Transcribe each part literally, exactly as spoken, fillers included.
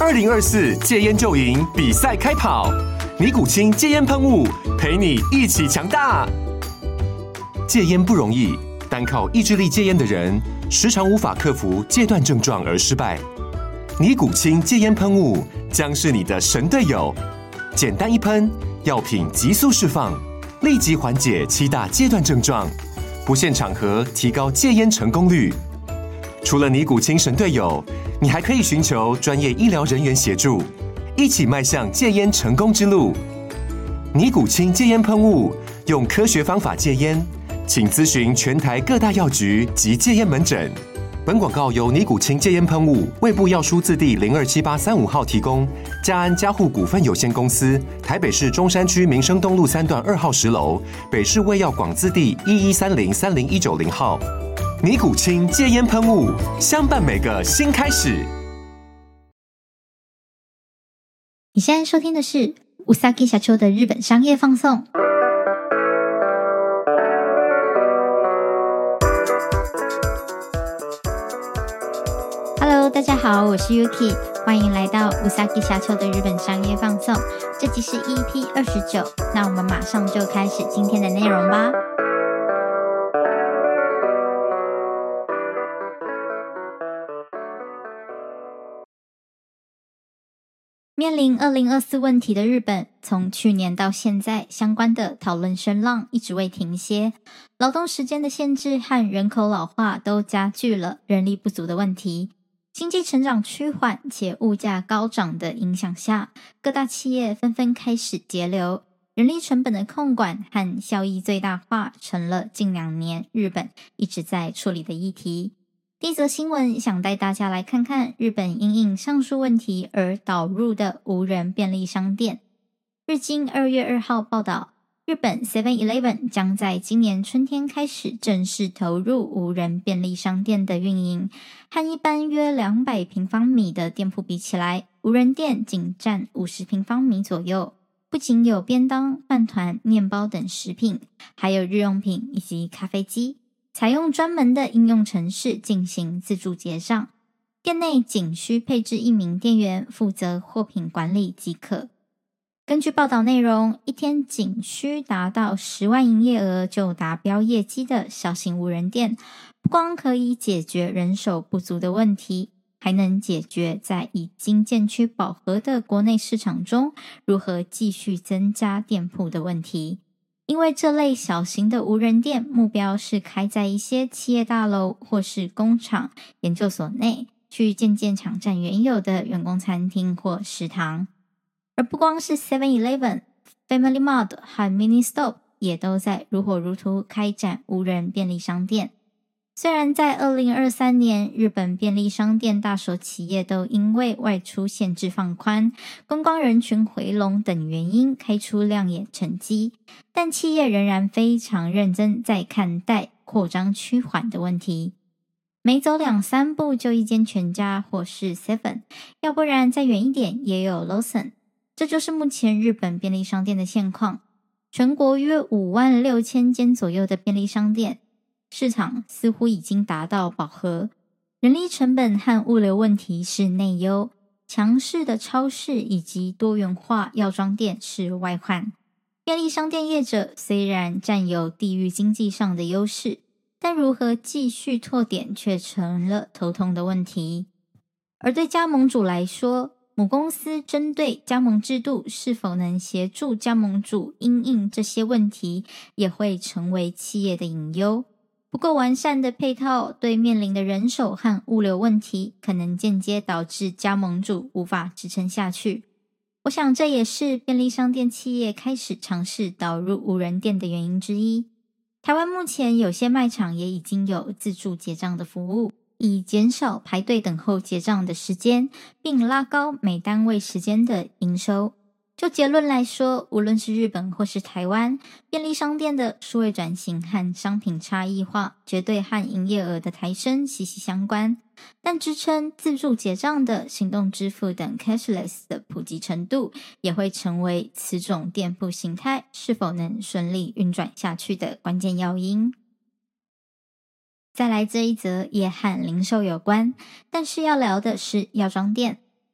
二零二四戒烟就赢比赛开跑，尼古清戒烟喷雾陪你一起强大。戒烟不容易，单靠意志力戒烟的人，时常无法克服戒断症状而失败。尼古清戒烟喷雾将是你的神队友，简单一喷，药品急速释放，立即缓解七大戒断症状，不限场合提高戒烟成功率。除了尼古清神队友，你还可以寻求专业医疗人员协助，一起迈向戒烟成功之路。尼古清戒烟喷雾，用科学方法戒烟，请咨询全台各大药局及戒烟门诊。本广告由尼古清戒烟喷雾、卫部药书字第零二七八三五号提供，嘉安嘉护股份有限公司，台北市中山区民生东路三段二号十楼，北市卫药广字第一一三零三零一九零号。尼古清戒烟喷雾，相伴每个新开始。 你现在收听的是うさぎ社長的日本商业放送。Hello， 大家好，我是 Yuki， 欢迎来到うさぎ社長的日本商业放送。这集是 E P 二十九，那我们马上就开始今天的内容吧。面临二零二四问题的日本，从去年到现在，相关的讨论声浪一直未停歇。劳动时间的限制和人口老化都加剧了人力不足的问题。经济成长趋缓且物价高涨的影响下，各大企业纷纷开始节流，人力成本的控管和效益最大化成了近两年日本一直在处理的议题。第一则新闻想带大家来看看日本因应上述问题而导入的无人便利商店。日经二月二号报道，日本 seven eleven 将在今年春天开始正式投入无人便利商店的运营，和一般约两百平方米的店铺比起来，无人店仅占五十平方米左右。不仅有便当、饭团、面包等食品，还有日用品以及咖啡机。采用专门的应用程式进行自助结账，店内仅需配置一名店员负责货品管理即可。根据报道内容，一天仅需达到十万营业额就达标业绩的小型无人店，不光可以解决人手不足的问题，还能解决在已经渐趋饱和的国内市场中如何继续增加店铺的问题。因为这类小型的无人店目标是开在一些企业大楼或是工厂、研究所内，去渐渐抢占原有的员工餐厅或食堂。而不光是 seven eleven、Family Mart 和 Ministop 也都在如火如荼开展无人便利商店。虽然在二零二三年，日本便利商店大手企业都因为外出限制放宽、观光人群回笼等原因开出亮眼成绩，但企业仍然非常认真在看待扩张趋缓的问题。每走两三步就一间全家或是 Seven， 要不然再远一点也有 Lawson。 这就是目前日本便利商店的现况。全国约五万六千间左右的便利商店，市场似乎已经达到饱和，人力成本和物流问题是内忧，强势的超市以及多元化药妆店是外患。便利商店业者虽然占有地域经济上的优势，但如何继续拓点却成了头痛的问题。而对加盟主来说，母公司针对加盟制度是否能协助加盟主因应这些问题，也会成为企业的隐忧。不够完善的配套对面临的人手和物流问题，可能间接导致加盟主无法支撑下去。我想这也是便利商店企业开始尝试导入无人店的原因之一。台湾目前有些卖场也已经有自助结账的服务，以减少排队等候结账的时间，并拉高每单位时间的营收。就结论来说，无论是日本或是台湾，便利商店的数位转型和商品差异化绝对和营业额的抬升息息相关，但支撑自助结账的行动支付等 cashless 的普及程度，也会成为此种店铺形态是否能顺利运转下去的关键要因。再来这一则也和零售有关，但是要聊的是药妆店。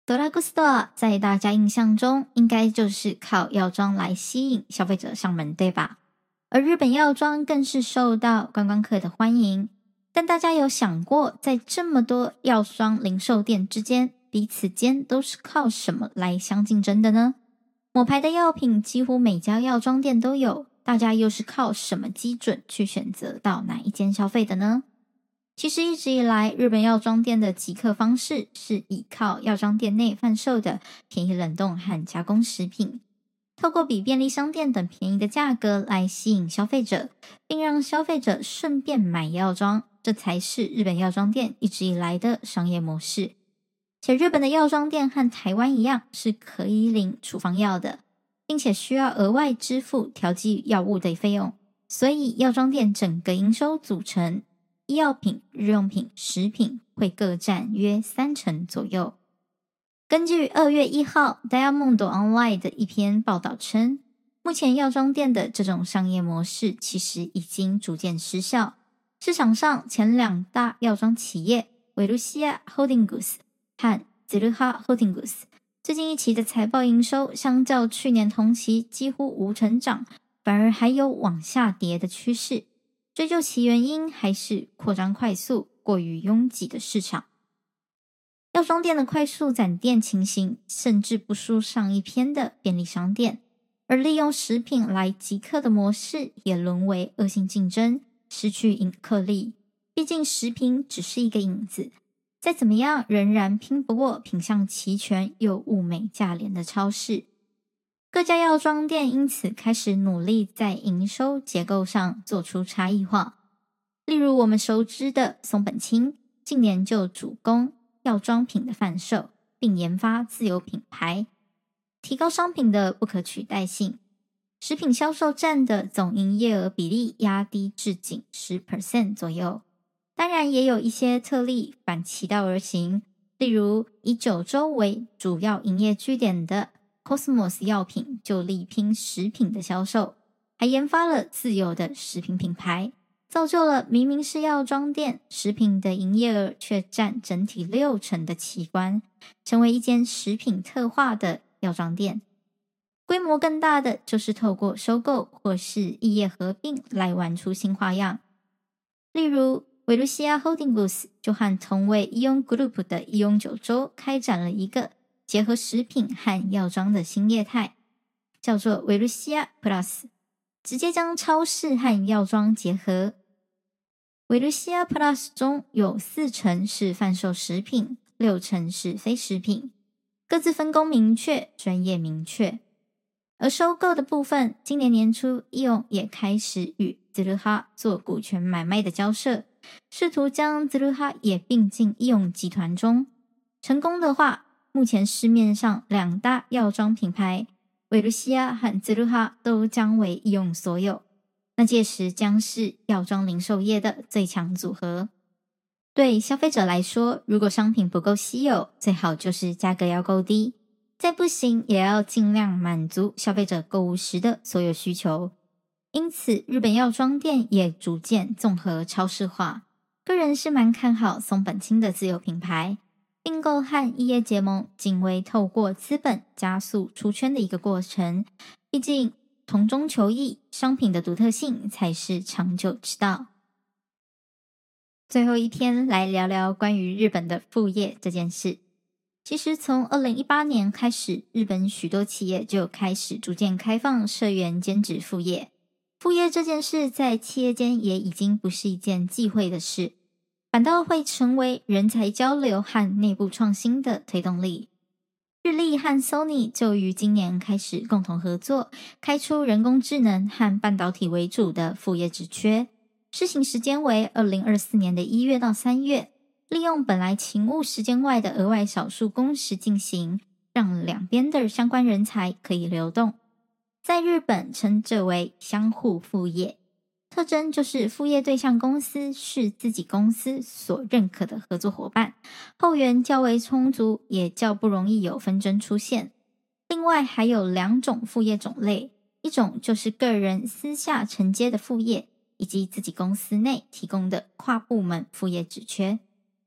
ドラッグストア在大家印象中应该就是靠药妆来吸引消费者上门，对吧？而日本药妆更是受到观光客的欢迎。但大家有想过，在这么多药妆零售店之间，彼此间都是靠什么来相竞争的呢？某牌的药品几乎每家药妆店都有，大家又是靠什么基准去选择到哪一间消费的呢？其实一直以来，日本药妆店的集客方式是依靠药妆店内贩售的便宜冷冻和加工食品，透过比便利商店等便宜的价格来吸引消费者，并让消费者顺便买药妆，这才是日本药妆店一直以来的商业模式。且日本的药妆店和台湾一样是可以领处方药的，并且需要额外支付调剂药物的费用，所以药妆店整个营收组成医药品、日用品、食品会各占约三成左右。根据二月一号 Diamond Online 的一篇报道称，目前药妆店的这种商业模式其实已经逐渐失效。市场上前两大药妆企业维鲁西亚 Holdings 和 Tsuruha Holdings 最近一期的财报营收相较去年同期几乎无成长，反而还有往下跌的趋势。追究其原因，还是扩张快速、过于拥挤的市场。药妆店的快速攒店情形，甚至不输上一篇的便利商店，而利用食品来集客的模式，也沦为恶性竞争，失去引客力。毕竟食品只是一个引子，再怎么样，仍然拼不过品项齐全又物美价廉的超市。各家药妆店因此开始努力在营收结构上做出差异化。例如我们熟知的松本清，近年就主攻药妆品的贩售，并研发自有品牌，提高商品的不可取代性。食品销售占的总营业额比例压低至仅 百分之十 左右。当然也有一些特例反其道而行，例如以九州为主要营业据点的Cosmos 药品就力拼食品的销售，还研发了自有的食品品牌，造就了明明是药妆店，食品的营业额却占整体六成的奇观，成为一间食品特化的药妆店。规模更大的就是透过收购或是异业合并来玩出新花样。例如维鲁西亚 Holdings 就和同为 Ion Group 的 Ion 九州开展了一个结合食品和药妆的新业态，叫做维鲁西亚 Plus， 直接将超市和药妆结合。维鲁西亚 Plus 中有四成是贩售食品，六成是非食品，各自分工明确，专业明确。而收购的部分，今年年初 Ion 也开始与 Tsuruha 做股权买卖的交涉，试图将 Tsuruha 也并进 Ion 集团中。成功的话，目前市面上两大药妆品牌维鲁西亚和 Tsuruha 都将为 Ion 所有，那届时将是药妆零售业的最强组合。对消费者来说，如果商品不够稀有，最好就是价格要够低，再不行也要尽量满足消费者购物时的所有需求。因此日本药妆店也逐渐综合超市化。个人是蛮看好松本清的自有品牌，并购和异业结盟仅为透过资本加速出圈的一个过程，毕竟同中求异，商品的独特性才是长久之道。最后一篇来聊聊关于日本的副业这件事。其实从二零一八年开始，日本许多企业就开始逐渐开放社员兼职副业。副业这件事在企业间也已经不是一件忌讳的事，反倒会成为人才交流和内部创新的推动力。日立和 Sony 就于今年开始共同合作，开出人工智能和半导体为主的副业职缺，施行时间为二零二四年的一月到三月，利用本来勤务时间外的额外少数工时进行，让两边的相关人才可以流动。在日本称这为相互副业，特征就是副业对象公司是自己公司所认可的合作伙伴，后援较为充足，也较不容易有纷争出现。另外还有两种副业种类，一种就是个人私下承接的副业，以及自己公司内提供的跨部门副业职缺。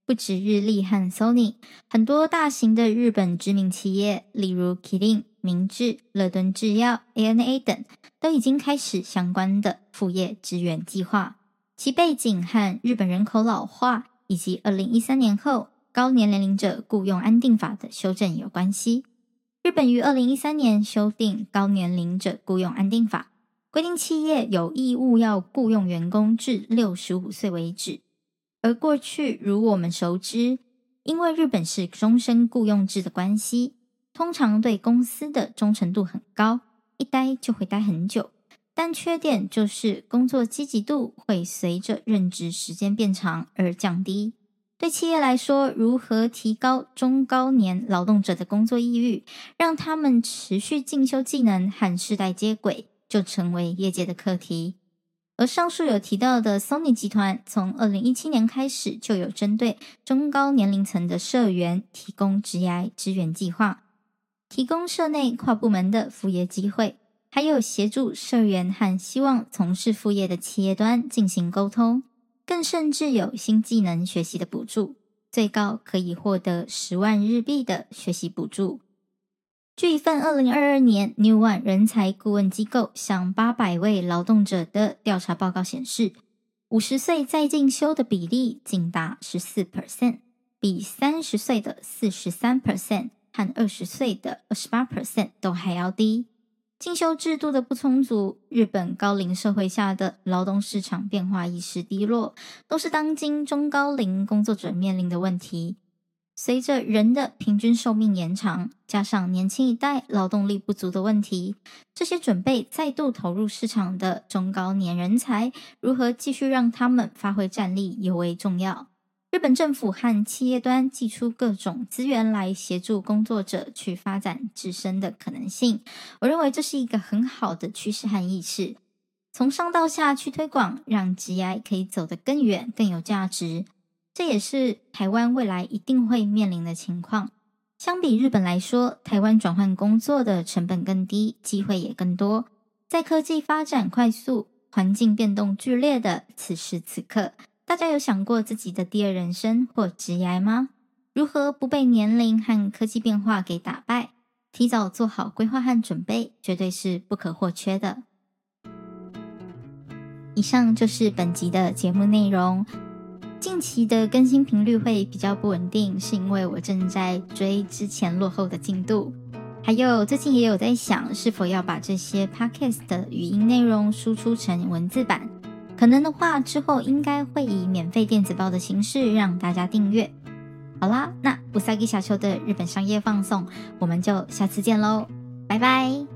不止日立和 Sony， 很多大型的日本知名企业，例如 Kirin、明治、乐敦制药、A N A 等，都已经开始相关的副业支援计划。其背景和日本人口老化以及二零一三年后高年龄者雇用安定法的修正有关系。日本于二零一三年修订高年龄者雇用安定法，规定企业有义务要雇用员工至六十五岁为止。而过去如我们熟知，因为日本是终身雇用制的关系，通常对公司的忠诚度很高，一待就会待很久。但缺点就是工作积极度会随着任职时间变长而降低。对企业来说，如何提高中高年劳动者的工作意欲，让他们持续进修技能和世代接轨，就成为业界的课题。而上述有提到的 Sony 集团，从二零一七年开始就有针对中高年龄层的社员提供职涯支援计划，提供社内跨部门的副业机会，还有协助社员和希望从事副业的企业端进行沟通，更甚至有新技能学习的补助，最高可以获得十万日币的学习补助。据一份二零二二年 New One 人才顾问机构向八百位劳动者的调查报告显示，五十岁再进修的比例仅达 百分之十四， 比三十岁的 百分之四十三 和二十岁的 百分之二十八 都还要低。进修制度的不充足，日本高龄社会下的劳动市场变化意识低落，都是当今中高龄工作者面临的问题。随着人的平均寿命延长，加上年轻一代劳动力不足的问题，这些准备再度投入市场的中高年人才，如何继续让他们发挥战力尤为重要。日本政府和企业端祭出各种资源来协助工作者去发展自身的可能性，我认为这是一个很好的趋势和意识，从上到下去推广，让职涯可以走得更远更有价值。这也是台湾未来一定会面临的情况。相比日本来说，台湾转换工作的成本更低，机会也更多。在科技发展快速、环境变动剧烈的此时此刻，大家有想过自己的第二人生或职涯吗？如何不被年龄和科技变化给打败？提早做好规划和准备，绝对是不可或缺的。以上就是本集的节目内容。近期的更新频率会比较不稳定，是因为我正在追之前落后的进度，还有最近也有在想是否要把这些 podcast 的语音内容输出成文字版，可能的话之后应该会以免费电子报的形式让大家订阅。好啦，那うさぎ社長的日本商业放送，我们就下次见咯，拜拜。